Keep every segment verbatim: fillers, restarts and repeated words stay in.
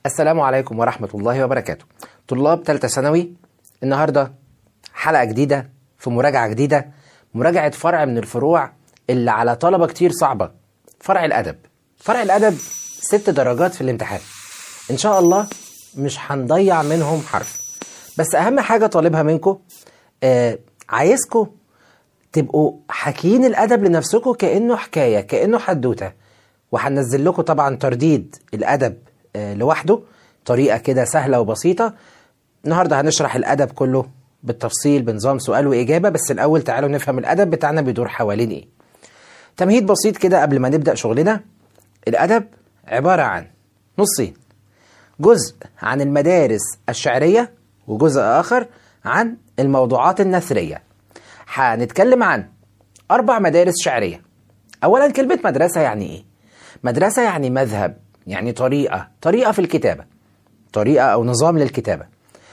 السلام عليكم ورحمة الله وبركاته. طلاب ثالثة ثانوي، النهاردة حلقة جديدة في مراجعة جديدة، مراجعة فرع من الفروع اللي على طلبة كتير صعبة، فرع الأدب. فرع الأدب ست درجات في الامتحان إن شاء الله، مش هنضيع منهم حرف. بس أهم حاجة طالبها منكم، آه عايزكم تبقوا حاكيين الأدب لنفسكم كأنه حكاية، كأنه حدوتة. وهننزل لكم طبعا ترديد الأدب آه لوحده، طريقة كده سهلة وبسيطة. النهاردة هنشرح الأدب كله بالتفصيل بنظام سؤال وإجابة، بس الأول تعالوا نفهم الأدب بتاعنا بيدور حوالين إيه. تمهيد بسيط كده قبل ما نبدأ شغلنا. الأدب عبارة عن نصين، جزء عن المدارس الشعرية وجزء آخر عن الموضوعات النثرية. هنتكلم عن أربع مدارس شعرية. أولا، كلمة مدرسة يعني إيه؟ مدرسة يعني مذهب، يعني طريقة طريقة في الكتابة، طريقة أو نظام للكتابة.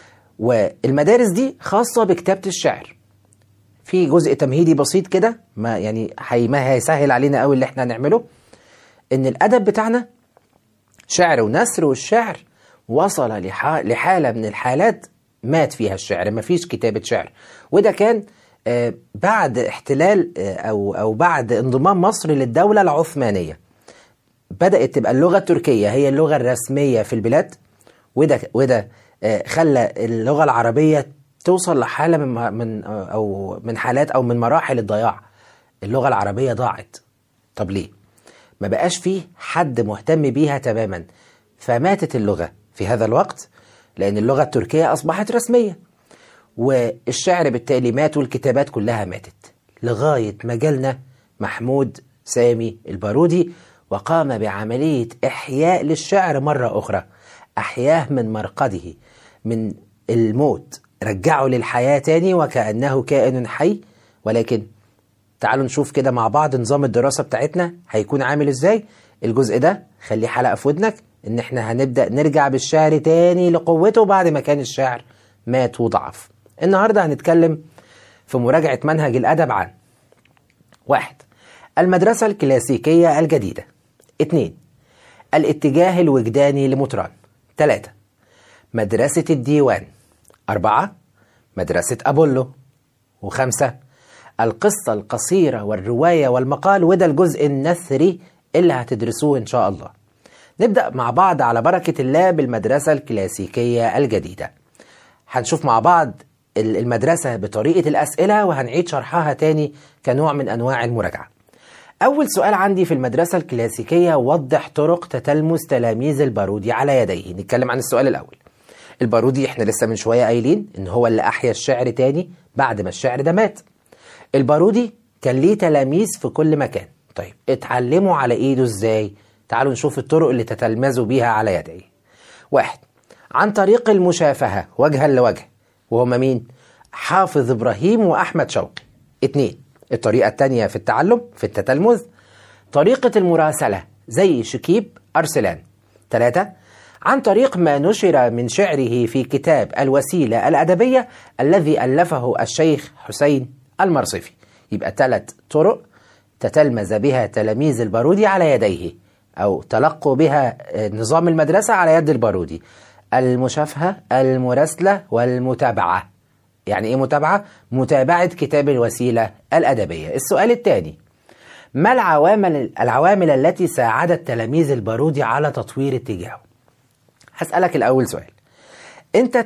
والمدارس دي خاصة بكتابة الشعر. في جزء تمهيدي بسيط كده، ما يعني حي ما هيسهل علينا قوي اللي احنا هنعمله، إن الأدب بتاعنا شعر ونثر، والشعر وصل لحالة من الحالات مات فيها الشعر، مفيش كتابة شعر. وده كان آه بعد احتلال آه أو أو بعد انضمام مصر للدولة العثمانية. بدأت تبقى اللغة التركية هي اللغة الرسمية في البلاد، وده وده آه خلى اللغة العربية توصل لحالة من من أو من حالات أو من مراحل الضياع. اللغة العربية ضاعت. طب ليه؟ ما بقاش فيه حد مهتم بيها تماما، فماتت اللغة في هذا الوقت، لأن اللغة التركية أصبحت رسمية، والشعر بالتالي مات، والكتابات كلها ماتت، لغاية ما جالنا محمود سامي البارودي وقام بعملية إحياء للشعر مرة أخرى. أحياه من مرقده، من الموت، رجعه للحياة تاني وكأنه كائن حي. ولكن تعالوا نشوف كده مع بعض نظام الدراسة بتاعتنا هيكون عامل ازاي. الجزء ده خليه حلقة في ودنك، ان احنا هنبدأ نرجع بالشعر تاني لقوته بعد ما كان الشعر مات وضعف. النهاردة هنتكلم في مراجعة منهج الأدب عن: واحد، المدرسة الكلاسيكية الجديدة. اتنين، الاتجاه الوجداني لمطران. تلاتة، مدرسة الديوان. أربعة، مدرسة أبولو. وخمسة، القصة القصيرة والرواية والمقال، وده الجزء النثري اللي هتدرسوه إن شاء الله. نبدأ مع بعض على بركة الله بالمدرسة الكلاسيكية الجديدة. هنشوف مع بعض المدرسة بطريقة الأسئلة، وهنعيد شرحها تاني كنوع من أنواع المراجعة. أول سؤال عندي في المدرسة الكلاسيكية: وضح طرق تتلمذ تلاميذ البارودي على يديه. نتكلم عن السؤال الأول. البارودي احنا لسه من شوية قايلين إن هو اللي أحيا الشعر تاني بعد ما الشعر ده مات. البارودي كان ليه تلاميذ في كل مكان. طيب اتعلموا على ايده ازاي؟ تعالوا نشوف الطرق اللي تتلمذوا بيها على يديه. واحد، عن طريق المشافهة وجها لوجه، وهما مين؟ حافظ إبراهيم وأحمد شوقي. اتنين، الطريقة التانية في التعلم في التتلمذ طريقة المراسلة زي شكيب أرسلان. تلاتة، عن طريق ما نشر من شعره في كتاب الوسيلة الأدبية الذي ألفه الشيخ حسين المرصفي. يبقى ثلاث طرق تتلمذ بها تلاميذ البارودي على يديه، أو تلقوا بها نظام المدرسة على يد البارودي: المشافهة، المراسلة، والمتابعة. يعني إيه متابعة؟ متابعة كتاب الوسيلة الأدبية. السؤال الثاني: ما العوامل العوامل التي ساعدت تلاميذ البارودي على تطوير اتجاهه؟ هسألك الأول سؤال. أنت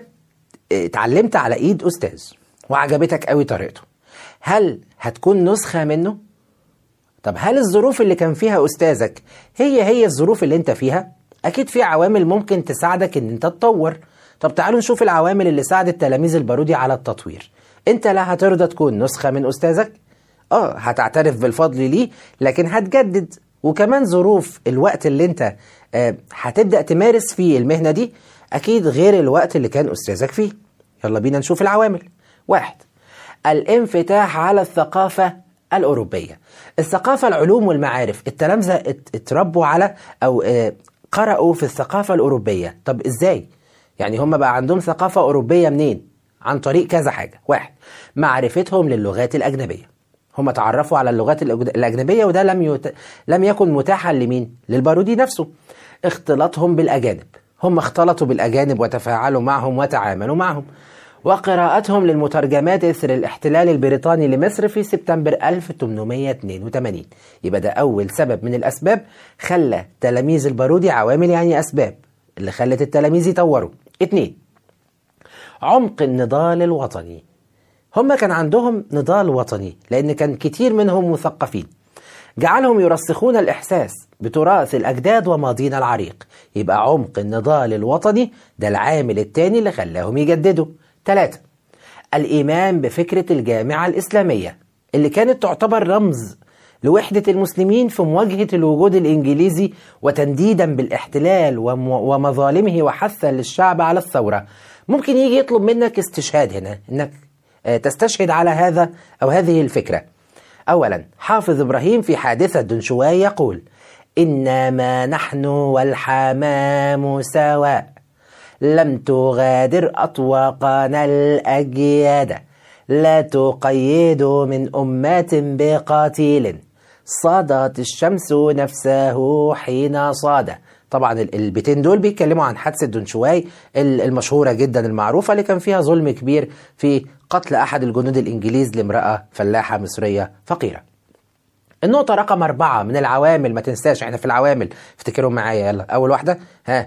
اتعلمت على إيد أستاذ وعجبتك قوي طريقته، هل هتكون نسخة منه؟ طب هل الظروف اللي كان فيها أستاذك هي هي الظروف اللي انت فيها؟ أكيد في عوامل ممكن تساعدك ان انت تطور. طب تعالوا نشوف العوامل اللي ساعدت تلاميذ البارودي على التطوير. انت لا هترضى تكون نسخة من أستاذك، اه هتعترف بالفضل ليه، لكن هتجدد. وكمان ظروف الوقت اللي انت آه هتبدأ تمارس فيه المهنة دي أكيد غير الوقت اللي كان أستاذك فيه. يلا بينا نشوف العوامل. واحد، الانفتاح على الثقافة الأوروبية. الثقافة، العلوم والمعارف. التلامذة اتربوا على أو اه قرأوا في الثقافة الأوروبية. طب إزاي؟ يعني هم بقى عندهم ثقافة أوروبية منين؟ عن طريق كذا حاجة. واحد، معرفتهم للغات الأجنبية. هم تعرفوا على اللغات الأجنبية، وده لم يت... لم يكن متاحا لمين؟ للبارودي نفسه. اختلاطهم بالأجانب. هم اختلطوا بالأجانب وتفاعلوا معهم وتعاملوا معهم. وقراءتهم للمترجمات إثر الاحتلال البريطاني لمصر في سبتمبر ألف وثمانمائة واثنين وثمانين. يبقى ده أول سبب من الأسباب خلى تلاميذ البارودي، عوامل يعني أسباب اللي خلت التلاميذ يطوروا. اتنين، عمق النضال الوطني. هم كان عندهم نضال وطني لأن كان كتير منهم مثقفين، جعلهم يرسخون الإحساس بتراث الأجداد وماضينا العريق. يبقى عمق النضال الوطني ده العامل الثاني اللي خلاهم يجددوا. ثلاثة، الإيمان بفكرة الجامعة الإسلامية اللي كانت تعتبر رمز لوحدة المسلمين في مواجهة الوجود الإنجليزي وتنديدا بالاحتلال ومظالمه وحثا للشعب على الثورة. ممكن يجي يطلب منك استشهاد هنا، إنك تستشهد على هذا أو هذه الفكرة. أولا، حافظ إبراهيم في حادثة دنشواي يقول: إنما نحن والحمام سواء، لم تغادر أطواقنا الأجياد، لا تقيد من أمات بقاتيل، صادت الشمس نفسه حين صاد. طبعا البيتين دول بيتكلموا عن حادثة دنشواي المشهورة جدا المعروفة اللي كان فيها ظلم كبير في قتل أحد الجنود الإنجليز لامرأة فلاحة مصرية فقيرة. النقطة رقم أربعة من العوامل، ما تنساش احنا في العوامل، افتكروا معايا يلا. أول واحدة ها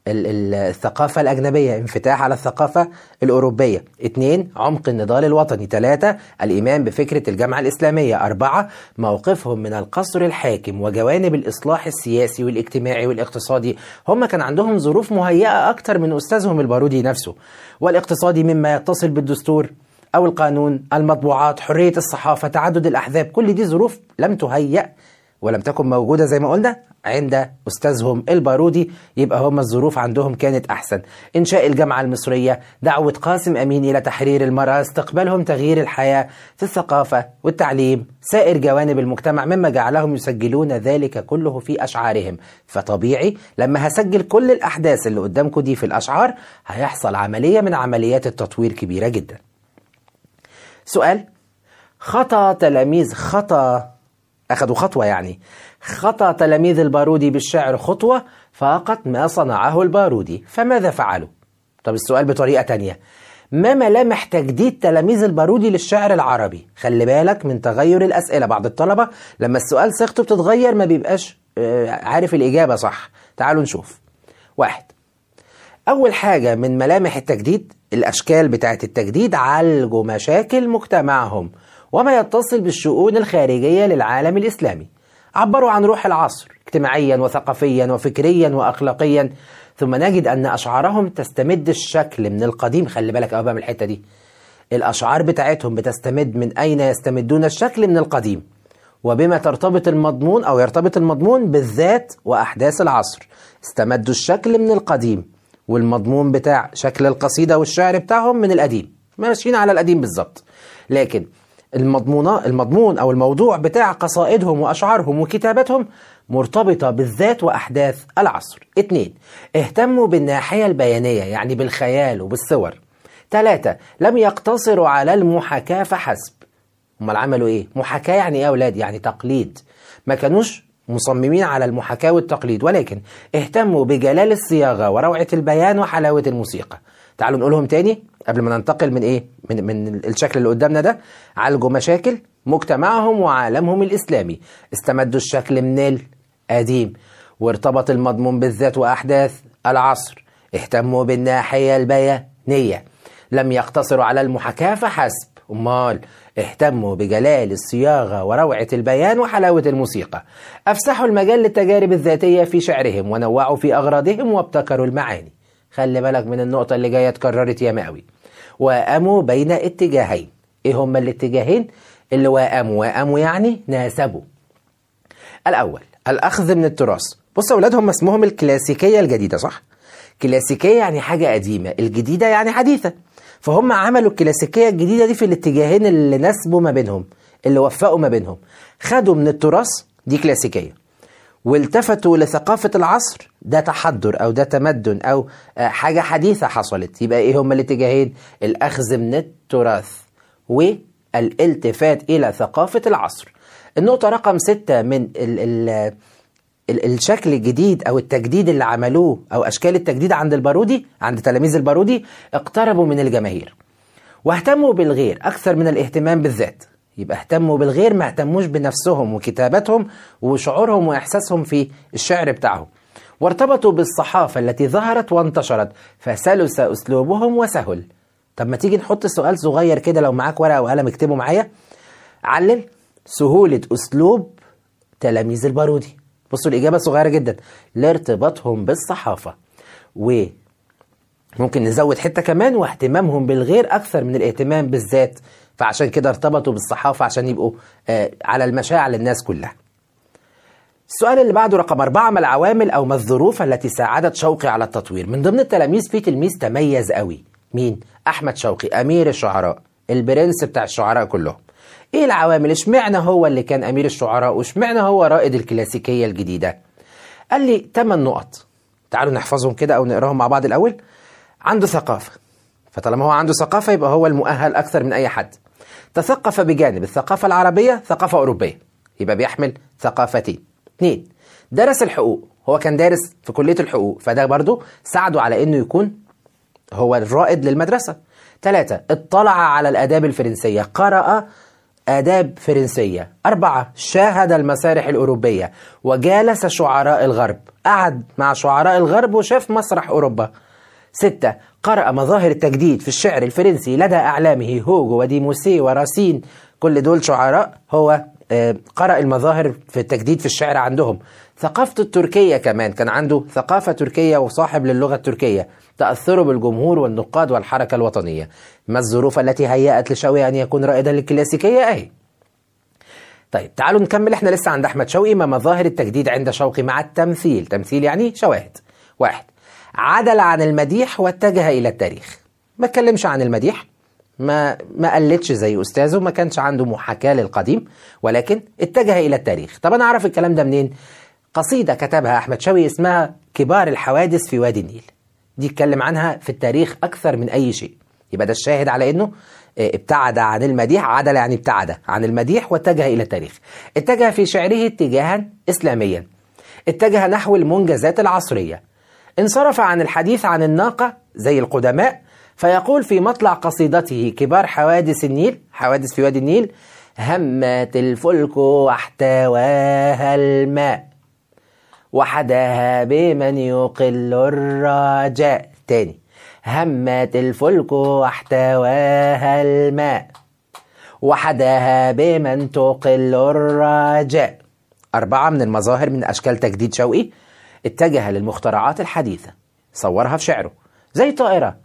الثقافة الأجنبية، انفتاح على الثقافة الأوروبية. اثنين، عمق النضال الوطني. ثلاثة، الإيمان بفكرة الجامعة الإسلامية. أربعة، موقفهم من القصر الحاكم وجوانب الإصلاح السياسي والاجتماعي والاقتصادي. هم كان عندهم ظروف مهيئة أكتر من أستاذهم البارودي نفسه، والاقتصادي مما يتصل بالدستور أو القانون، المطبوعات، حرية الصحافة، تعدد الأحزاب. كل دي ظروف لم تهيأ ولم تكن موجودة زي ما قلنا عند أستاذهم البارودي. يبقى هم الظروف عندهم كانت أحسن. إنشاء الجامعة المصرية، دعوة قاسم أمين إلى تحرير المرأة، استقبالهم تغيير الحياة في الثقافة والتعليم، سائر جوانب المجتمع، مما جعلهم يسجلون ذلك كله في أشعارهم. فطبيعي لما هسجل كل الأحداث اللي قدامكم دي في الأشعار هيحصل عملية من عمليات التطوير كبيرة جدا. سؤال: خطأ تلاميذ خطأ أخذوا خطوة يعني خطأ تلاميذ البارودي بالشعر خطوة فقط ما صنعه البارودي، فماذا فعلوا؟ طب السؤال بطريقة تانية: ما ملامح تجديد تلاميذ البارودي للشعر العربي؟ خلي بالك من تغير الأسئلة، بعض الطلبة لما السؤال صيغته بتتغير ما بيبقاش عارف الإجابة صح. تعالوا نشوف. واحد، أول حاجة من ملامح التجديد، الأشكال بتاعة التجديد، عالجوا مشاكل مجتمعهم وما يتصل بالشؤون الخارجية للعالم الإسلامي، عبروا عن روح العصر اجتماعيا وثقافيا وفكريا وأخلاقيا. ثم نجد أن أشعارهم تستمد الشكل من القديم. خلي بالك أبقى من الحتة دي، الأشعار بتاعتهم بتستمد من أين؟ يستمدون الشكل من القديم، وبما ترتبط المضمون أو يرتبط المضمون بالذات وأحداث العصر. استمدوا الشكل من القديم والمضمون بتاع شكل القصيدة والشعر بتاعهم من القديم، ماشيين على القديم بالظبط. لكن المضمون المضمون أو الموضوع بتاع قصائدهم وأشعارهم وكتاباتهم مرتبطة بالذات وأحداث العصر. اتنين، اهتموا بالناحية البيانية يعني بالخيال وبالصور. ثلاثة، لم يقتصروا على المحاكاة فحسب. امال عملوا ايه؟ محاكاة يعني ايه يا أولاد؟ يعني تقليد. ما كانوش مصممين على المحاكاة والتقليد، ولكن اهتموا بجلال الصياغة وروعة البيان وحلاوة الموسيقى. تعالوا نقولهم تاني قبل ما ننتقل من ايه من, من الشكل اللي قدامنا ده. عالجوا مشاكل مجتمعهم وعالمهم الإسلامي، استمدوا الشكل من القديم، وارتبط المضمون بالذات وأحداث العصر، اهتموا بالناحية البيانية، لم يقتصروا على المحاكاة فحسب، امال اهتموا بجلال الصياغة وروعة البيان وحلاوة الموسيقى، أفسحوا المجال للتجارب الذاتية في شعرهم ونوعوا في أغراضهم وابتكروا المعاني. خلي بالك من النقطة اللي جاية اتكررت ياما قوي. وقاموا بين اتجاهين. ايه هما الاتجاهين اللي وقاموا؟ وقاموا يعني ناسبوا. الأول الأخذ من التراث. بص يا أولاد، هم اسمهم الكلاسيكية الجديدة، صح؟ كلاسيكية يعني حاجة قديمة، الجديدة يعني حديثة. فهم عملوا الكلاسيكية الجديدة دي في الاتجاهين اللي نسبوا ما بينهم، اللي وفقوا ما بينهم. خدوا من التراث، دي كلاسيكية، والتفتوا لثقافة العصر، ده تحضر أو ده تمدن أو حاجة حديثة حصلت. يبقى إيه هما الاتجاهين؟ الأخذ من التراث والالتفات إلى ثقافة العصر. النقطة رقم ستة من ال ال الشكل الجديد أو التجديد اللي عملوه أو أشكال التجديد عند البارودي، عند تلاميذ البارودي، اقتربوا من الجماهير واهتموا بالغير أكثر من الاهتمام بالذات. يبقى اهتموا بالغير، ما اهتموش بنفسهم وكتابتهم وشعورهم وإحساسهم في الشعر بتاعهم. وارتبطوا بالصحافة التي ظهرت وانتشرت فسلس أسلوبهم وسهل. طب ما تيجي نحط سؤال صغير كده، لو معاك ورقة وقلم اكتبه معايا. علل سهولة أسلوب تلاميذ البارودي. بصوا الإجابة صغيرة جدا، لارتباطهم بالصحافة، وممكن نزود حتة كمان، واهتمامهم بالغير أكثر من الاهتمام بالذات، فعشان كده ارتبطوا بالصحافة عشان يبقوا آه على المشاع للناس كلها. السؤال اللي بعده رقم أربعة، ما العوامل أو ما الظروف التي ساعدت شوقي على التطوير؟ من ضمن التلاميذ في تلميذ تميز قوي، مين؟ أحمد شوقي، أمير الشعراء، البرنس بتاع الشعراء كلهم. ايه العوامل؟ اشمعنى هو اللي كان امير الشعراء واشمعنى هو رائد الكلاسيكيه الجديده؟ قال لي ثمان نقط، تعالوا نحفظهم كده او نقراهم مع بعض الاول. عنده ثقافه، فطالما هو عنده ثقافه يبقى هو المؤهل اكثر من اي حد. تثقف بجانب الثقافه العربيه ثقافه اوروبيه، يبقى بيحمل ثقافتين. اثنين، درس الحقوق، هو كان دارس في كليه الحقوق، فده برضو ساعده على انه يكون هو الرائد للمدرسه. ثلاثة، اطلع على الاداب الفرنسيه، قرأ آداب فرنسية. أربعة، شاهد المسارح الأوروبية وجالس شعراء الغرب، قعد مع شعراء الغرب وشاف مسرح أوروبا. ستة، قرأ مظاهر التجديد في الشعر الفرنسي لدى أعلامه هوغو وديموسي وراسين، كل دول شعراء هو قرأ المظاهر في التجديد في الشعر عندهم. ثقافته التركية كمان، كان عنده ثقافة تركية وصاحب للغة التركية. تأثره بالجمهور والنقاد والحركة الوطنية. ما الظروف التي هيأت لشوقي أن يكون رائدا للكلاسيكية؟ أهي. طيب تعالوا نكمل، احنا لسه عند أحمد شوقي. ما مظاهر التجديد عند شوقي مع التمثيل؟ تمثيل يعني شواهد. واحد، عدل عن المديح واتجه إلى التاريخ. ما اتكلمش عن المديح، ما ما قلتش زي أستاذه، ما كانش عنده محاكاة للقديم، ولكن اتجه إلى التاريخ. طب أنا أعرف الكلام ده منين؟ قصيدة كتبها أحمد شوقي اسمها كبار الحوادث في وادي النيل، دي اتكلم عنها في التاريخ أكثر من أي شيء. يبقى ده الشاهد على أنه ابتعد عن المديح، عدل يعني ابتعد عن المديح واتجه إلى التاريخ. اتجه في شعره اتجاها إسلاميا، اتجه نحو المنجزات العصرية، انصرف عن الحديث عن الناقة زي القدماء، فيقول في مطلع قصيدته كبار حوادث النيل، حوادث في وادي النيل: همت الفلك واحتواها الماء وحداها بمن يقل الرجاء. تاني، همت الفلك واحتواها الماء وحداها بمن تقل الرجاء. أربعة من المظاهر من أشكال تجديد شوقي، اتجه للمخترعات الحديثة، صورها في شعره، زي طائرة: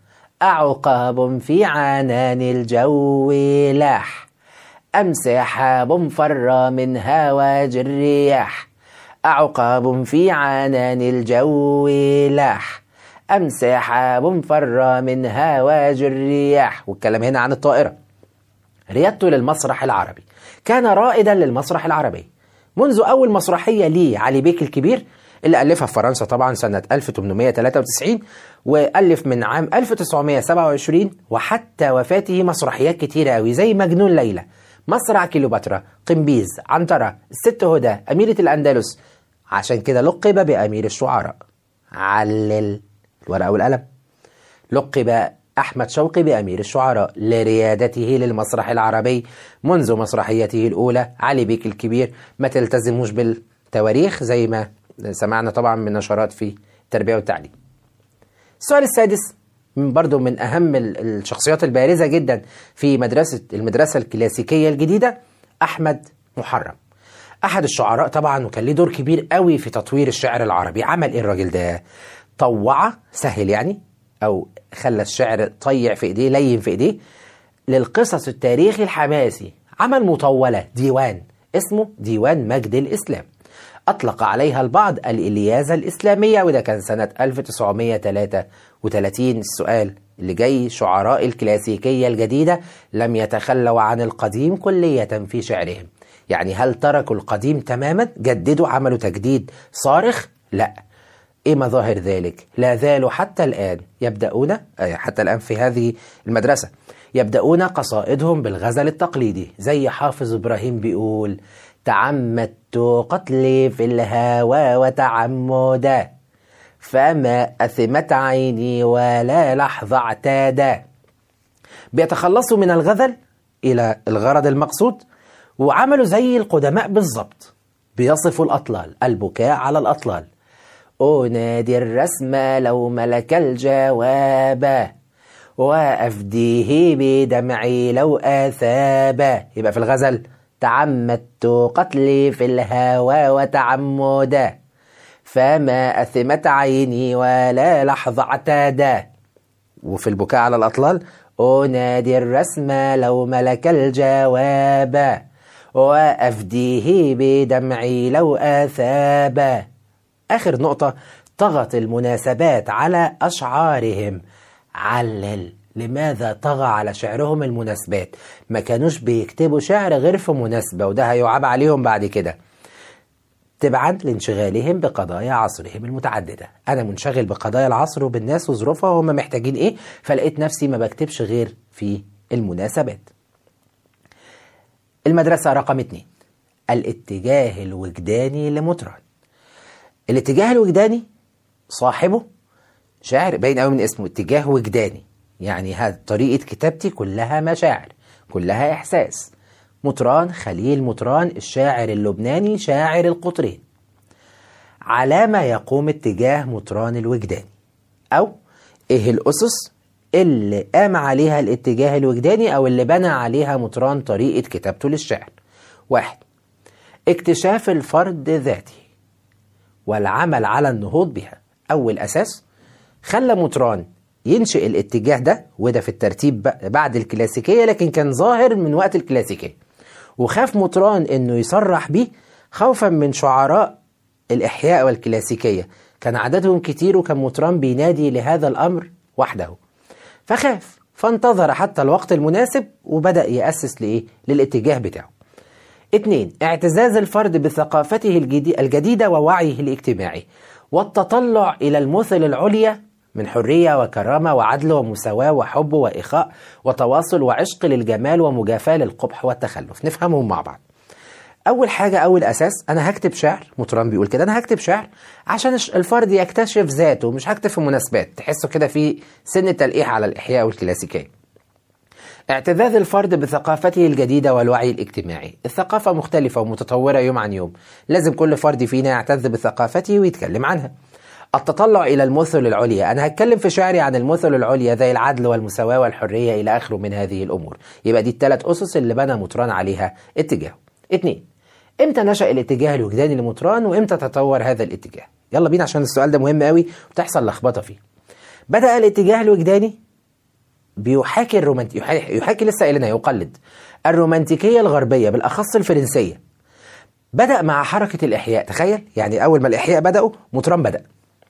أعقاب في عنان الجو لاح أم سحاب فر من هواج الرياح. أعقاب في عنان الجو لاح أم سحاب فر من هواج الرياح. والكلام هنا عن الطائرة. ريادته للمسرح العربي، كان رائدا للمسرح العربي منذ أول مسرحية ليه علي بيك الكبير، اللي ألفها في فرنسا طبعا سنة ألف وثمانمائة وثلاثة وتسعين، وألف من عام ألف وتسعمائة وسبعة وعشرين وحتى وفاته مسرحيات كتيرة قوي زي مجنون ليلى، مسرح كليوباترا، قمبيز، عنترة، الست هدى، أميرة الأندلس. عشان كده لقب بأمير الشعراء. علل الورقة والقلم. لقب أحمد شوقي بأمير الشعراء لريادته للمسرح العربي منذ مسرحيته الأولى علي بيك الكبير. ما تلتزموش بالتواريخ زي ما سمعنا طبعا من نشرات في التربية والتعليم. السؤال السادس من برضو من أهم الشخصيات البارزة جدا في مدرسة المدرسة الكلاسيكية الجديدة، أحمد محرم، أحد الشعراء طبعا، وكان له دور كبير قوي في تطوير الشعر العربي. عمل إيه الراجل ده؟ طوع، سهل يعني، أو خلى الشعر طيع في إيديه، لين في إيديه، للقصص التاريخي الحماسي. عمل مطولة، ديوان اسمه ديوان مجد الإسلام، أطلق عليها البعض الإلياذة الإسلامية، وده كان سنة ألف وتسعمائة وثلاثة وثلاثين. السؤال اللي جاي: شعراء الكلاسيكية الجديدة لم يتخلوا عن القديم كلية في شعرهم. يعني هل تركوا القديم تماما؟ جددوا، عملوا تجديد صارخ؟ لا. إيه مظاهر ذلك؟ لا زالوا حتى الآن يبدأون، حتى الآن في هذه المدرسة، يبدأون قصائدهم بالغزل التقليدي، زي حافظ إبراهيم بيقول: تعمدت قتلي في الهوى وتعمدا، فما أثمت عيني ولا لحظة اعتادا. بيتخلصوا من الغزل إلى الغرض المقصود، وعملوا زي القدماء بالظبط، بيصفوا الأطلال، البكاء على الأطلال. أنادي الرسم لو ملك الجواب، وأفديه بدمعي لو آثابا. يبقى في الغزل تعمدت قتلي في الهوى وتعمدا، فما أثمت عيني ولا لحظة اعتادا. وفي البكاء على الأطلال أنادي الرسم لو ملك الجواب، وأفديه بدمعي لو آثابا. آخر نقطة، طغت المناسبات على أشعارهم. علل لماذا طغى على شعرهم المناسبات؟ ما كانوش بيكتبوا شعر غير في مناسبة، وده هيعاب عليهم بعد كده تبعا لانشغالهم بقضايا عصرهم المتعددة. أنا منشغل بقضايا العصر وبالناس وظروفها وهم محتاجين إيه، فلقيت نفسي ما بكتبش غير في المناسبات. المدرسة رقم اتنين، الاتجاه الوجداني لمطران. الاتجاه الوجداني صاحبه شاعر، باين قوي من اسمه اتجاه وجداني، يعني هذه طريقة كتابتي كلها مشاعر، كلها إحساس. مطران خليل مطران الشاعر اللبناني شاعر القطرين. على ما يقوم اتجاه مطران الوجداني، أو إيه الأسس اللي قام عليها الاتجاه الوجداني أو اللي بنى عليها مطران طريقة كتابته للشعر؟ واحد، اكتشاف الفرد ذاته والعمل على النهوض بها. أول أساس خلى مطران ينشئ الاتجاه ده، وده في الترتيب بعد الكلاسيكية، لكن كان ظاهر من وقت الكلاسيكية، وخاف مطران انه يصرح بيه خوفا من شعراء الإحياء والكلاسيكية، كان عددهم كتير وكان مطران بينادي لهذا الأمر وحده، فخاف، فانتظر حتى الوقت المناسب وبدأ يأسس لإيه؟ للاتجاه بتاعه. اتنين، اعتزاز الفرد بثقافته الجديدة ووعيه الاجتماعي، والتطلع إلى المثل العليا من حرية وكرامة وعدل ومساواة وحب وإخاء وتواصل وعشق للجمال ومجافاة للقبح والتخلف. نفهمهم مع بعض. أول حاجة، أول أساس، أنا هكتب شعر، مطران بيقول كده، أنا هكتب شعر عشان الفرد يكتشف ذاته، مش هكتب في مناسبات. تحسوا كده في سن تلقيح على الإحياء والكلاسيكية. اعتزاز الفرد بثقافته الجديدة والوعي الاجتماعي. الثقافة مختلفة ومتطورة يوم عن يوم، لازم كل فرد فينا يعتز بثقافته ويتكلم عنها. التطلع إلى المثل العليا، أنا هتكلم في شعري عن المثل العليا زي العدل والمساواة والحرية إلى آخره من هذه الأمور. يبقى دي الثلاث أسس اللي بنى مطران عليها اتجاهه. اتنين، إمتى نشأ الاتجاه الوجداني لمطران وإمتى تطور هذا الاتجاه؟ يلا بينا عشان السؤال ده مهم قوي وتحصل لخبطة فيه. بدأ الاتجاه الوجداني بيحاكي الرومانتي يحاكي, يحاكي لسه قايلنا يقلد الرومانتيكية الغربية بالأخص الفرنسية. بدأ مع حركة الإحياء، تخيل يعني أول ما الإحياء بدأوا مطران بدأ،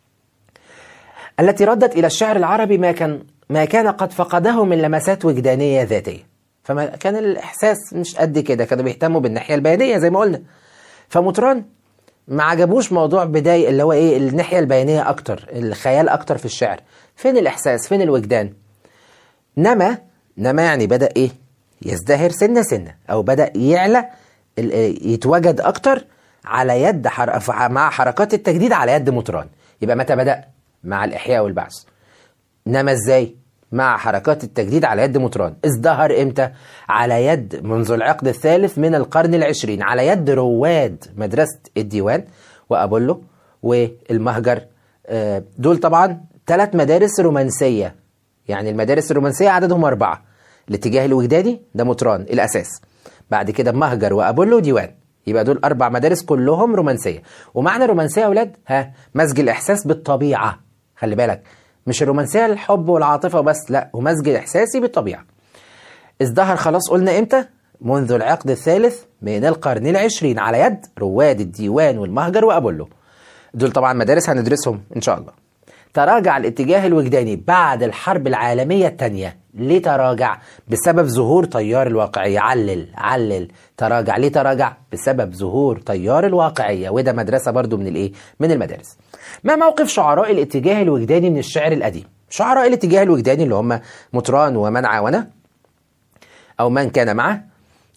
التي ردت إلى الشعر العربي ما كان ما كان قد فقده من لمسات وجدانية ذاتية. فما كان الإحساس مش قد كده، كانوا بيهتموا بالناحية البيانية زي ما قلنا. فمطران ما عجبوش موضوع بداية اللي هو إيه الناحية البيانية أكتر، الخيال أكتر في الشعر. فين الإحساس؟ فين الوجدان؟ نما نما يعني بدأ إيه يزدهر سنة سنة، أو بدأ يعلى يتوجد أكتر على يد حر... مع حركات التجديد على يد مطران. يبقى متى بدأ؟ مع الإحياء والبعث. نما إزاي؟ مع حركات التجديد على يد مطران. ازدهر إمتى؟ على يد منذ العقد الثالث من القرن العشرين، على يد رواد مدرسة الديوان وأبولو والمهجر. دول طبعا ثلاث مدارس رومانسية، يعني المدارس الرومانسية عددهم أربعة. الاتجاه الوجداني ده مطران الأساس، بعد كده مهجر وأبولو وديوان، يبقى دول أربع مدارس كلهم رومانسية. ومعنى رومانسية يا أولاد ها مزج الإحساس بالطبيعة، خلي بالك مش الرومانسية الحب والعاطفة بس، لا، ومزج الإحساسي بالطبيعة. ازدهر خلاص قلنا إمتى؟ منذ العقد الثالث من القرن العشرين على يد رواد الديوان والمهجر وأبولو. دول طبعا مدارس هندرسهم إن شاء الله. تراجع الاتجاه الوجداني بعد الحرب العالمية الثانية. ليه تراجع؟ بسبب ظهور تيار الواقعية. علل علل تراجع. ليه تراجع؟ بسبب ظهور تيار الواقعية، وده مدرسة برضو من الايه؟ من المدارس. ما موقف شعراء الاتجاه الوجداني من الشعر القديم؟ شعراء الاتجاه الوجداني اللي هم مطران ومن عاونه أو من كان معه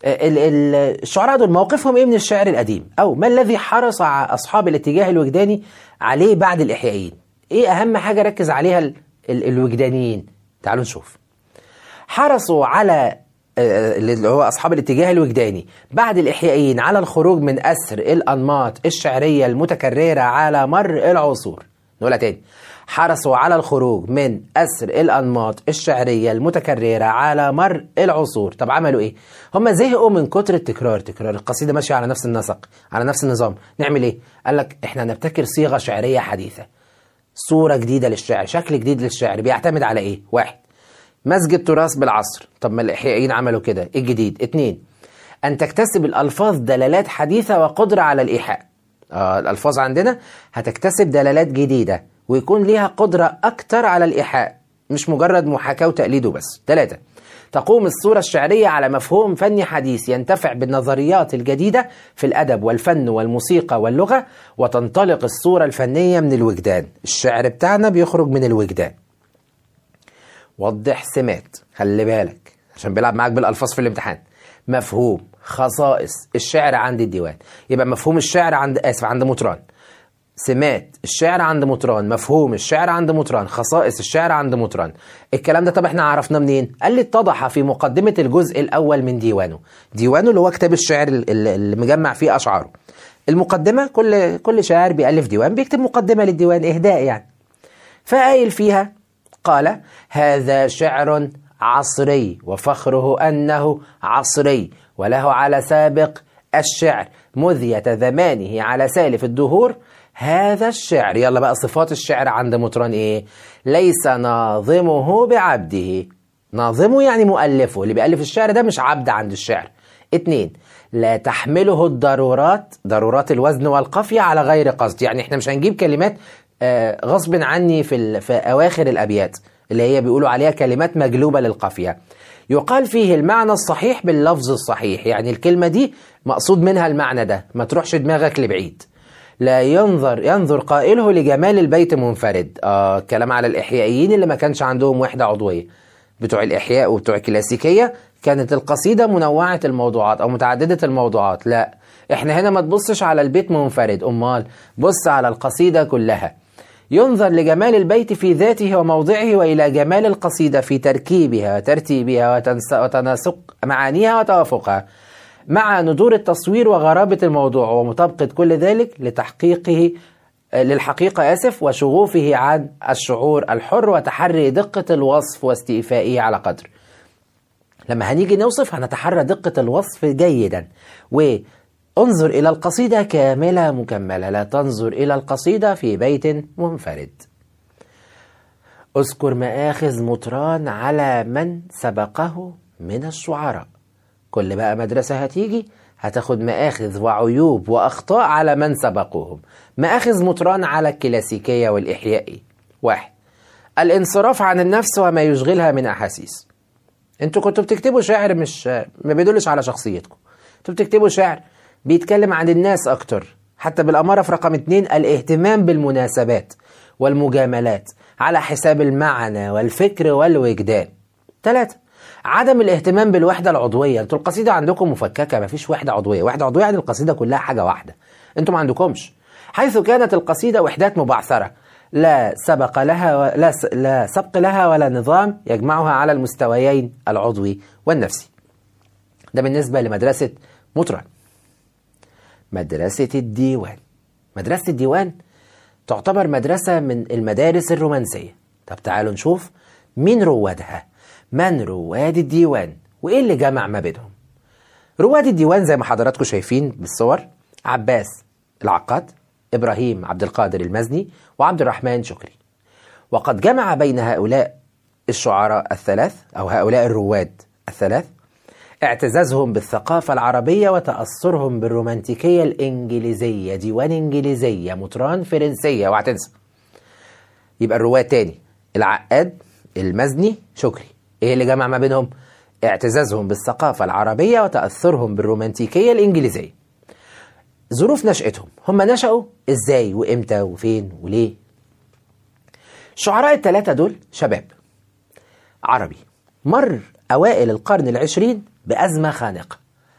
الشعراء دول موقفهم ايه من الشعر القديم، او ما الذي حرص اصحاب الاتجاه الوجداني عليه بعد الاحيائيين؟ ايه اهم حاجه ركز عليها ال ال الوجدانيين؟ تعالوا نشوف. حرصوا على اللي هو اصحاب الاتجاه الوجداني بعد الاحيائيين على الخروج من اسر الانماط الشعريه المتكرره على مر العصور. نقولها تاني، حرصوا على الخروج من أسر الأنماط الشعرية المتكررة على مر العصور. طب عملوا إيه؟ هم زهقوا من كتر التكرار، تكرار القصيدة ماشية على نفس النسق، على نفس النظام. نعمل إيه؟ قال لك إحنا نبتكر صيغة شعرية حديثة، صورة جديدة للشعر، شكل جديد للشعر. بيعتمد على إيه؟ واحد، مزج التراث بالعصر. طب ما الإحيائيين عملوا كده، إيه الجديد؟ اتنين، أن تكتسب الألفاظ دلالات حديثة وقدرة على الإيحاء. آه الألفاظ عندنا هتكتسب دلالات جديدة ويكون ليها قدرة أكتر على الإيحاء، مش مجرد محاكاة وتقليد وبس. ثلاثة، تقوم الصورة الشعرية على مفهوم فني حديث ينتفع بالنظريات الجديدة في الأدب والفن والموسيقى واللغة، وتنطلق الصورة الفنية من الوجدان. الشعر بتاعنا بيخرج من الوجدان. وضح سمات، خلي بالك عشان بيلعب معاك بالألفاظ في الامتحان. مفهوم، خصائص الشعر عند الديوان. يبقى مفهوم الشعر عند آسف عند مطران، سمات الشعر عند مطران، مفهوم الشعر عند مطران، خصائص الشعر عند مطران. الكلام ده طب احنا عرفناه منين؟ قال لي اتضح في مقدمة الجزء الأول من ديوانه. ديوانه اللي هو كتاب الشعر اللي مجمع فيه أشعاره. المقدمة، كل كل شاعر بيألف ديوان بيكتب مقدمة للديوان، إهداء يعني. فقايل فيها قال: هذا شعر عصري وفخره أنه عصري، وله على سابق الشعر مذية زمانه على سالف الدهور. هذا الشعر، يلا بقى صفات الشعر عند مطران ايه؟ ليس ناظمه بعبده. ناظمه يعني مؤلفه، اللي بيألف الشعر ده مش عبد عند الشعر. اتنين، لا تحمله الضرورات، ضرورات الوزن والقافية، على غير قصد. يعني احنا مش هنجيب كلمات آه غصب عني في, في أواخر الأبيات اللي هي بيقولوا عليها كلمات مجلوبة للقافية. يقال فيه المعنى الصحيح باللفظ الصحيح، يعني الكلمة دي مقصود منها المعنى ده، ما تروحش دماغك لبعيد. لا ينظر ينظر قائله لجمال البيت منفرد. آه كلام على الإحيائيين اللي ما كانش عندهم وحدة عضوية. بتوع الإحياء وبتوع الكلاسيكية كانت القصيدة منوعة الموضوعات أو متعددة الموضوعات. لا، احنا هنا ما تبصش على البيت منفرد، أمال بص على القصيدة كلها. ينظر لجمال البيت في ذاته وموضعه، وإلى جمال القصيدة في تركيبها وترتيبها وتناسق معانيها وتوافقها مع ندور التصوير وغرابة الموضوع، ومطابقة كل ذلك لتحقيقه للحقيقة آسف وشغوفه عن الشعور الحر، وتحري دقة الوصف واستيفائه على قدر. لما هنيجي نوصف هنتحرى دقة الوصف جيدا، وانظر إلى القصيدة كاملة مكملة، لا تنظر إلى القصيدة في بيت منفرد. اذكر مآخذ مطران على من سبقه من الشعراء. كل بقى مدرسة هتيجي هتاخد مآخذ وعيوب وأخطاء على من سبقوهم. مآخذ مطران على الكلاسيكية والإحيائي. واحد، الانصراف عن النفس وما يشغلها من أحاسيس. انتوا كنتوا بتكتبوا شعر مش ما بيدلش على شخصيتكم، انتوا بتكتبوا شعر بيتكلم عن الناس أكتر. حتى بالأمارة في رقم اتنين، الاهتمام بالمناسبات والمجاملات على حساب المعنى والفكر والوجدان. ثلاثة، عدم الاهتمام بالوحدة العضوية. انتوا القصيدة عندكم مفككة، مفيش وحدة عضوية. وحدة عضوية يعني القصيدة كلها حاجة واحدة، انتوا ما عندكمش. حيث كانت القصيدة وحدات مبعثرة لا سبق لها و... لا, س... لا سبق لها ولا نظام يجمعها على المستويين العضوي والنفسي. ده بالنسبة لمدرسة مطران. مدرسة الديوان. مدرسة الديوان تعتبر مدرسة من المدارس الرومانسية. طب تعالوا نشوف مين روادها، من رواد الديوان وإيه اللي جمع ما بينهم. رواد الديوان زي ما حضراتكم شايفين بالصور: عباس العقاد، إبراهيم عبد القادر المزني، وعبد الرحمن شكري. وقد جمع بين هؤلاء الشعراء الثلاث أو هؤلاء الرواد الثلاث اعتزازهم بالثقافة العربية وتأثرهم بالرومانتيكية الإنجليزية. ديوان إنجليزية، مطران فرنسية، وهتنسى. يبقى الرواد تاني: العقاد، المزني، شكري. ايه اللي جمع ما بينهم؟ اعتزازهم بالثقافة العربية وتأثرهم بالرومانتيكية الإنجليزية. ظروف نشأتهم، هم نشأوا ازاي وامتى وفين وليه؟ الشعراء الثلاثة دول شباب عربي مر أوائل القرن العشرين بأزمة خانقة.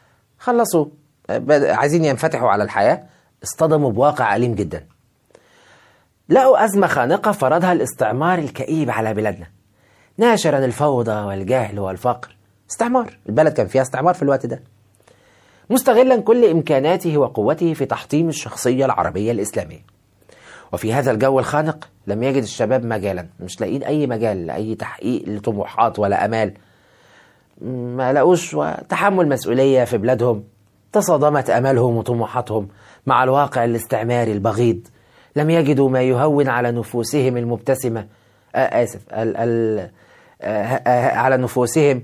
خلصوا عايزين ينفتحوا على الحياة، اصطدموا بواقع أليم جدا. لقوا أزمة خانقة فرضها الاستعمار الكئيب على بلادنا، ناشرا الفوضى والجهل والفقر. استعمار، البلد كان فيها استعمار في الوقت ده، مستغلا كل إمكاناته وقوته في تحطيم الشخصية العربية الإسلامية. وفي هذا الجو الخانق لم يجد الشباب مجالا، مش لاقين أي مجال لأي تحقيق لطموحات ولا أمال، ما لقوش تحمل مسؤولية في بلادهم. تصادمت أمالهم وطموحاتهم مع الواقع الاستعماري البغيض. لم يجدوا ما يهون على نفوسهم المبتسمة آه آسف ال ال آه آه على نفوسهم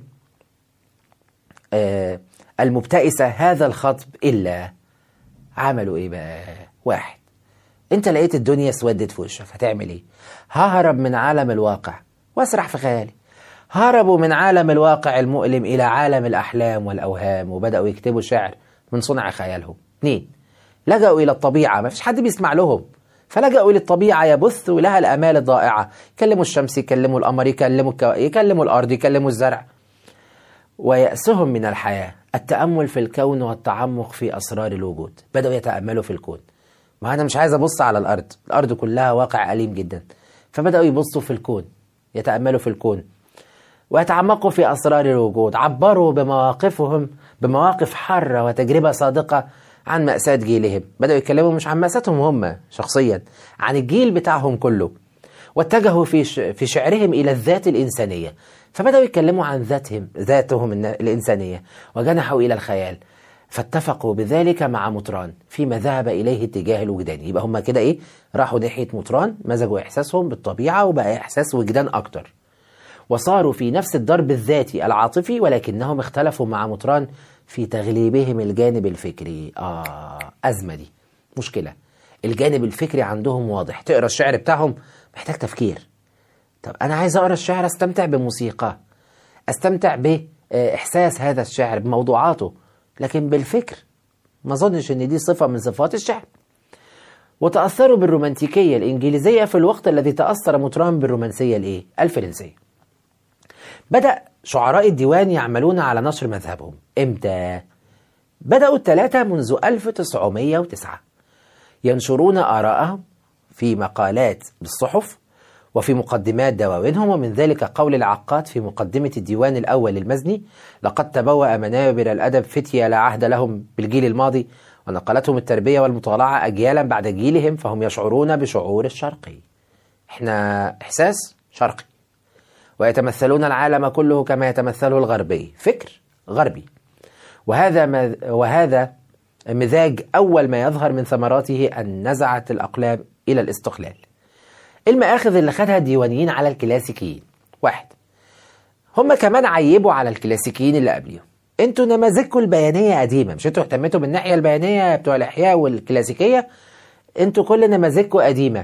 آه المبتئسة هذا الخطب، إلا عملوا إيه بقى؟ واحد، أنت لقيت الدنيا اسودت في وشك، هتعمل إيه؟ ههرب من عالم الواقع واسرح في خيالي. هربوا من عالم الواقع المؤلم إلى عالم الأحلام والأوهام، وبدأوا يكتبوا شعر من صنع خيالهم. اثنين، لجأوا إلى الطبيعة، ما فيش حد بيسمع لهم، فلجأوا للطبيعة يبثوا لها الآمال الضائعة. يكلموا الشمس، يكلموا القمر، يكلموا الكو... يكلموا الأرض، يكلموا الزرع. ويأسهم من الحياة التأمل في الكون والتعمق في أسرار الوجود. بدأوا يتأملوا في الكون. ما أنا مش عايز أبص على الأرض، الأرض كلها واقع أليم جدا. فبدأوا يبصوا في الكون، يتأملوا في الكون ويتعمقوا في أسرار الوجود. عبروا بمواقفهم بمواقف حارة وتجربة صادقة عن مأساة جيلهم. بدأوا يتكلموا مش عن مأساتهم هم شخصيا، عن الجيل بتاعهم كله. واتجهوا في في شعرهم إلى الذات الإنسانية، فبدأوا يتكلموا عن ذاتهم ذاتهم الإنسانية، وجنحوا إلى الخيال. فاتفقوا بذلك مع مطران فيما ذهب إليه اتجاه الوجدان. يبقى هم كده إيه؟ راحوا ناحية مطران، مزجوا إحساسهم بالطبيعة وبقى إحساس وجدان أكتر، وصاروا في نفس الضرب الذاتي العاطفي، ولكنهم اختلفوا مع مطران في تغليبهم الجانب الفكري. آه أزمة دي، مشكلة. الجانب الفكري عندهم واضح. تقرأ الشعر بتاعهم محتاج تفكير. طب أنا عايز أقرأ الشعر أستمتع بموسيقى، أستمتع بإحساس هذا الشعر بموضوعاته، لكن بالفكر ما ظنش أن دي صفة من صفات الشعر. وتأثروا بالرومانتيكية الإنجليزية في الوقت الذي تأثر مطران بالرومانسية الإيه؟ الفرنسية. بدأ شعراء الديوان يعملون على نشر مذهبهم. إمتى؟ بدأوا الثلاثة منذ ألف وتسعمائة وتسعة ينشرون آراءهم في مقالات بالصحف وفي مقدمات دواوينهم، ومن ذلك قول العقاد في مقدمة الديوان الأول للمزني: لقد تبوأ منابر الأدب فتية لا عهد لهم بالجيل الماضي، ونقلتهم التربية والمطالعة أجيالا بعد جيلهم، فهم يشعرون بشعور الشرقي. احنا إحساس شرقي، ويتمثلون العالم كله كما يتمثله الغربي، فكر غربي. وهذا مذ... وهذا مزاج أول ما يظهر من ثمراته أن نزعت الأقلام إلى الاستقلال. المآخذ اللي خدها الديوانيين على الكلاسيكيين: واحد، هم كمان عيبوا على الكلاسيكيين اللي قبليهم. انتوا نماذجكم البيانية قديمة، مش انتوا اهتمتوا بالناحية البيانية بتوع الإحياء والكلاسيكية، انتوا كل نماذجكم قديمة،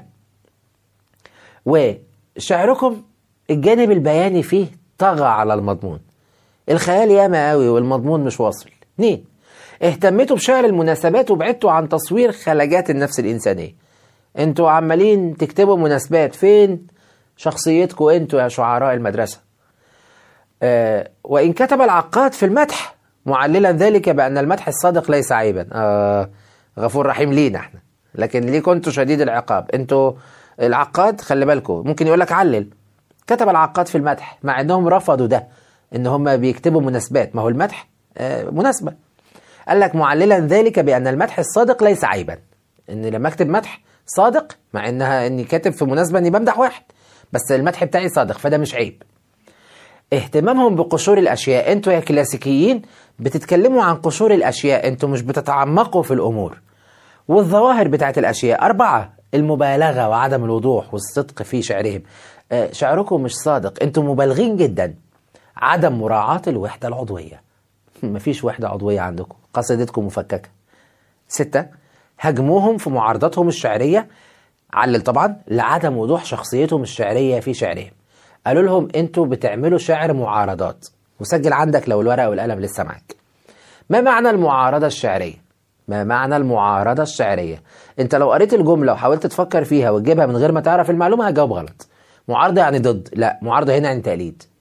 وشعركم الجانب البياني فيه طغى على المضمون، الخيال ياما قوي والمضمون مش واصل. اثنين، اهتمتوا بشعر المناسبات وبعدتوا عن تصوير خلاجات النفس الإنسانية. انتوا عمالين تكتبوا مناسبات، فين شخصيتكم انتوا يا شعراء المدرسة؟ آه وإن كتب العقاد في المدح معللا ذلك بأن المدح الصادق ليس عيبا. آه غفور رحيم لينا احنا، لكن ليكم انتوا شديد العقاب. انتوا العقاد خلي بالكم ممكن يقول لك علل. كتب العقاد في المدح مع انهم رفضوا ده، ان هم بيكتبوا مناسبات، ما هو المدح آه مناسبة. قال لك معللا ذلك بأن المدح الصادق ليس عيبا، ان لما اكتب مدح صادق مع انها اني كاتب في مناسبة اني بمدح واحد، بس المدح بتاعي صادق فده مش عيب. اهتمامهم بقشور الاشياء، انتوا يا كلاسيكيين بتتكلموا عن قشور الاشياء، انتوا مش بتتعمقوا في الامور والظواهر بتاعت الاشياء. اربعة، المبالغة وعدم الوضوح والصدق في شعرهم. آه شعركم مش صادق، انتوا مبالغين جدا. عدم مراعاة الوحدة العضوية، مفيش وحدة عضوية عندكم، قصيدتكم مفككة. ستة، هجموهم في معارضتهم الشعرية، علل طبعا، لعدم وضوح شخصيتهم الشعرية في شعرهم. قالوا لهم انتوا بتعملوا شعر معارضات، وسجل عندك لو الورقة والقلم لسه معاك. ما معنى المعارضة الشعرية؟ ما معنى المعارضة الشعرية؟ انت لو قريت الجملة وحاولت تفكر فيها وتجيبها من غير ما تعرف المعلومة هتجاوب غلط. معارضة يعني ضد، لا، معارضة هنا يعني تقليد.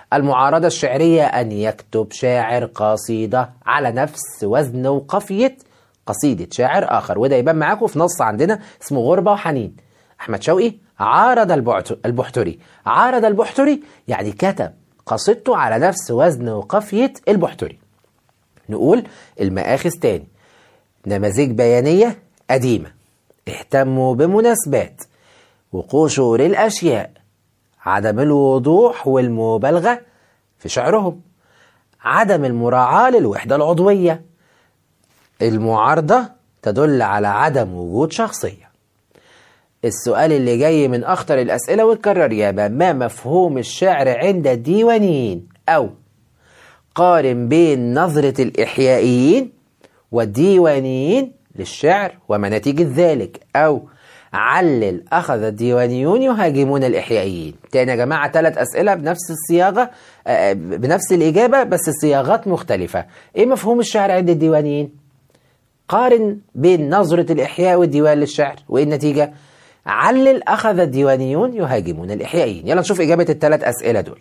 المعارضة الشعرية أن يكتب شاعر قصيدة على نفس وزن وقافية قصيدة شاعر آخر، وده يبان معاكم في نص عندنا اسمه غربة وحنين. أحمد شوقي عارض البحتري. عارض البحتري يعني كتب قصيدته على نفس وزن وقافية البحتري. نقول المآخذ تاني: نماذج بيانية قديمة، اهتموا بمناسبات، وقشور الأشياء، عدم الوضوح والمبالغة في شعرهم، عدم المراعاة للوحدة العضوية. المعارضة تدل على عدم وجود شخصية. السؤال اللي جاي من أخطر الأسئلة واتكرر يابا: ما مفهوم الشعر عند الديوانيين؟ أو قارن بين نظرة الإحيائيين والديوانيين للشعر وما نتيجة ذلك. أو علل: أخذ الديوانيون يهاجمون الإحيائيين. تاني يا جماعة ثلاث أسئلة بنفس الصياغة، بنفس الإجابة بس الصياغات مختلفة. إيه مفهوم الشعر عند الديوانيين؟ قارن بين نظرة الإحياء والديوان للشعر، وإيه النتيجة؟ علل: أخذ الديوانيون يهاجمون الإحيائيين. يلا نشوف إجابة الثلاث أسئلة دول.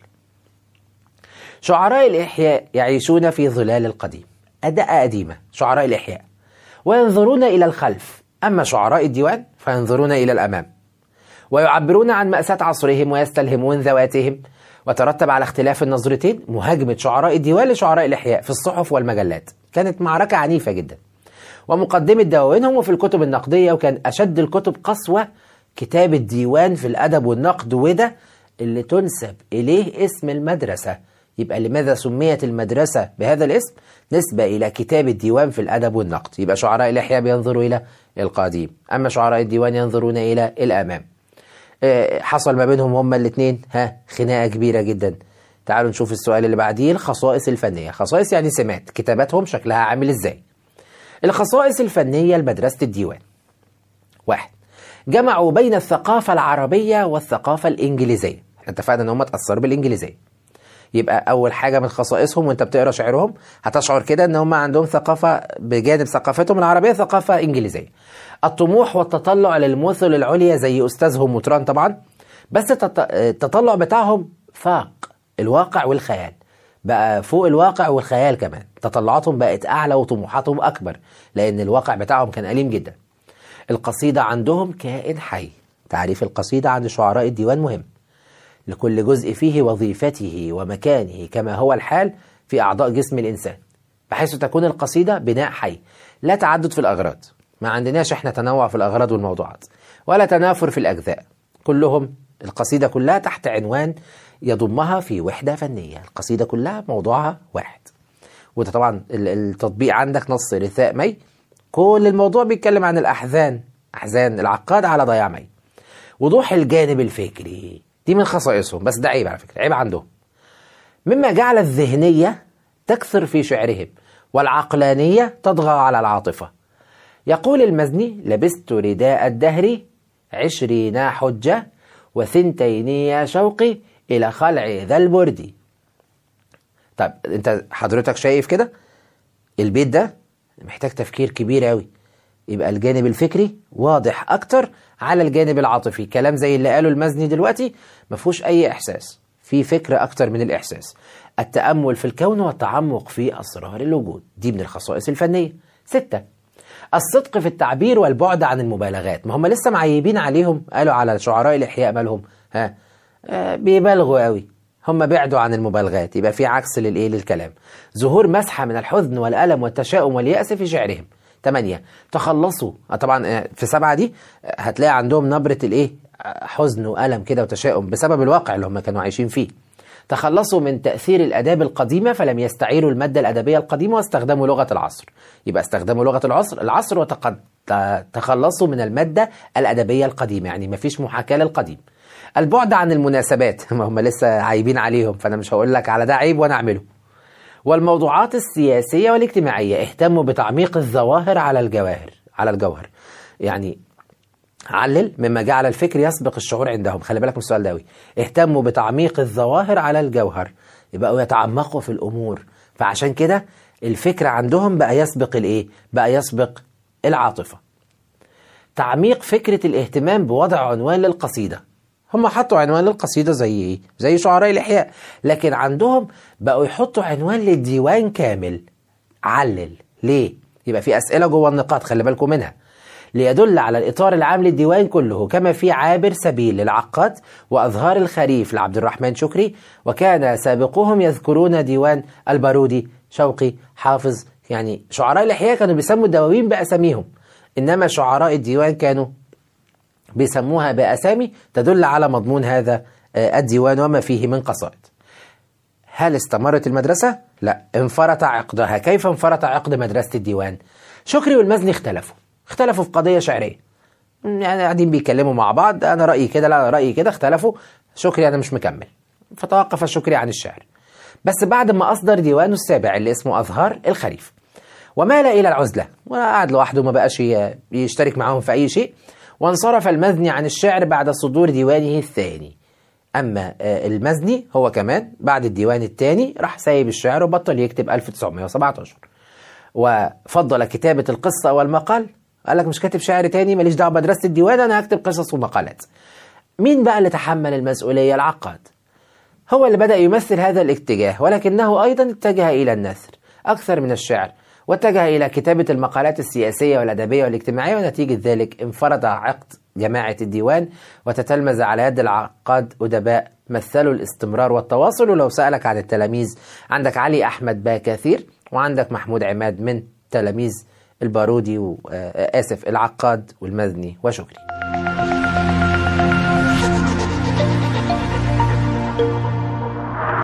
شعراء الإحياء يعيشون في ظلال القديم، أداء قديمة شعراء الإحياء، وينظرون إلى الخلف. أما شعراء الديوان فينظرون إلى الأمام، ويعبرون عن مأساة عصرهم ويستلهمون ذواتهم. وترتب على اختلاف النظرتين مهاجمة شعراء الديوان لشعراء الإحياء في الصحف والمجلات. كانت معركة عنيفة جدا، ومقدمة دواوينهم وفي الكتب النقدية. وكان أشد الكتب قسوة كتاب الديوان في الأدب والنقد، وده اللي تنسب إليه اسم المدرسة. يبقى لماذا سميت المدرسة بهذا الاسم؟ نسبة إلى كتاب الديوان في الأدب والنقد. يبقى شعراء الإحياء بينظروا إلى القديم، أما شعراء الديوان ينظرون إلى الأمام. حصل ما بينهم هما الاثنين ها خناقة كبيرة جدا. تعالوا نشوف السؤال اللي بعديه: الخصائص الفنية. خصائص يعني سمات، كتاباتهم شكلها عامل إزاي. الخصائص الفنية لمدرسة الديوان: واحد، جمعوا بين الثقافة العربية والثقافة الإنجليزية. احنا اتفقنا ان هم اتأثروا بالإنجليزية. يبقى أول حاجة من خصائصهم وانت بتقرأ شعرهم هتشعر كده ان هم عندهم ثقافة بجانب ثقافتهم العربية ثقافة إنجليزية. الطموح والتطلع للمثل العليا زي أستاذهم مطران طبعا، بس التطلع بتاعهم فاق الواقع والخيال، بقى فوق الواقع والخيال كمان. تطلعاتهم بقت أعلى وطموحاتهم أكبر لأن الواقع بتاعهم كان أليم جدا. القصيدة عندهم كائن حي. تعريف القصيدة عند شعراء الديوان مهم: لكل جزء فيه وظيفته ومكانه كما هو الحال في أعضاء جسم الإنسان، بحيث تكون القصيدة بناء حي، لا تعدد في الأغراض. ما عندناش احنا تنوع في الأغراض والموضوعات، ولا تنافر في الأجزاء. كلهم القصيدة كلها تحت عنوان يضمها في وحدة فنية. القصيدة كلها موضوعها واحد. وده طبعا التطبيق عندك نص رثاء مي، كل الموضوع بيتكلم عن الأحزان، أحزان العقاد على ضياع مي. وضوح الجانب الفكري دي من خصائصهم، بس ده عيب على فكرة، عيب عندهم. مما جعل الذهنية تكثر في شعرهم والعقلانية تطغى على العاطفة. يقول المزني: لبست رداء الدهر عشرين حجة وثنتين يا شوقي إلى خلع ذا البرد. طب انت حضرتك شايف كده البيت ده محتاج تفكير كبير قوي. يبقى الجانب الفكري واضح اكتر على الجانب العاطفي. كلام زي اللي قاله المزني دلوقتي ما فيهوش اي احساس، في فكرة اكتر من الاحساس. التأمل في الكون والتعمق في اسرار الوجود، دي من الخصائص الفنية. ستة، الصدق في التعبير والبعد عن المبالغات. ما هم لسه معيبين عليهم، قالوا على شعراء الإحياء مالهم ها آه بيبالغوا قوي، هم بعدوا عن المبالغات. يبقى في عكس للايه للكلام. ظهور مسحة من الحزن والألم والتشاؤم واليأس في شعرهم. ثمانية، تخلصوا. طبعا في سبعة دي هتلاقي عندهم نبرة الايه حزن وألم كده وتشاؤم بسبب الواقع اللي هم كانوا عايشين فيه. تخلصوا من تأثير الآداب القديمة فلم يستعيروا المادة الأدبية القديمة واستخدموا لغة العصر. يبقى استخدموا لغة العصر العصر وتقد تخلصوا من المادة الأدبية القديمة، يعني مفيش محاكاة للقديم. البعد عن المناسبات، ما هم لسه عايبين عليهم، فأنا مش هقول لك على ده عيب وأنا أعمله. والموضوعات السياسية والاجتماعية، اهتموا بتعميق الظواهر على الجواهر على الجوهر. يعني علل مما جعل الفكر يسبق الشعور عندهم. خلي بالك من السؤال ده قوي. اهتموا بتعميق الظواهر على الجوهر، يبقوا يتعمقوا في الأمور، فعشان كده الفكر عندهم بقى يسبق الايه بقى يسبق العاطفة. تعميق فكرة الاهتمام بوضع عنوان للقصيدة. هم حطوا عنوان للقصيدة زي ايه؟ زي شعراء الإحياء، لكن عندهم بقوا يحطوا عنوان للديوان كامل. علل ليه؟ يبقى في أسئلة جوه النقاط خلي بالكم منها. ليدل على الإطار العام للديوان كله، كما في عابر سبيل للعقاد وأزهار الخريف لعبد الرحمن شكري، وكان سابقوهم يذكرون ديوان البارودي شوقي حافظ. يعني شعراء الإحياء كانوا بيسموا الدواوين بأساميهم، إنما شعراء الديوان كانوا بيسموها بأسامي تدل على مضمون هذا الديوان وما فيه من قصائد. هل استمرت المدرسة؟ لا، انفرط عقدها. كيف انفرط عقد مدرسة الديوان؟ شكري والمزني اختلفوا اختلفوا في قضية شعرية، يعني قاعدين بيتكلموا مع بعض، أنا رأيي كده لا أنا رأيي كده، اختلفوا. شكري أنا مش مكمل، فتوقف شكري عن الشعر، بس بعد ما أصدر ديوانه السابع اللي اسمه أزهار الخريف، ومال إلى العزلة وقعد لوحده ما بقاش يشترك معهم في أي شيء. وانصرف المزني عن الشعر بعد صدور ديوانه الثاني. أما المزني هو كمان بعد الديوان الثاني راح سايب الشعر وبطل يكتب ألف وتسعمائة وسبعة عشر، وفضل كتابة القصة والمقال. قال لك مش كاتب شعر تاني، ماليش دعوة بمدرسة الديوان، أنا هكتب قصص ومقالات. مين بقى اللي تحمل المسؤولية؟ العقاد، هو اللي بدأ يمثل هذا الاتجاه، ولكنه أيضا اتجه إلى النثر أكثر من الشعر، واتجه إلى كتابة المقالات السياسية والأدبية والاجتماعية، ونتيجة ذلك انفرد عقد جماعة الديوان وتتلمذ على يد العقاد أدباء مثلوا الاستمرار والتواصل. ولو سألك عن التلاميذ، عندك علي أحمد باكثير، وعندك محمود عماد من تلاميذ البارودي وآسف العقاد والمزني وشكري.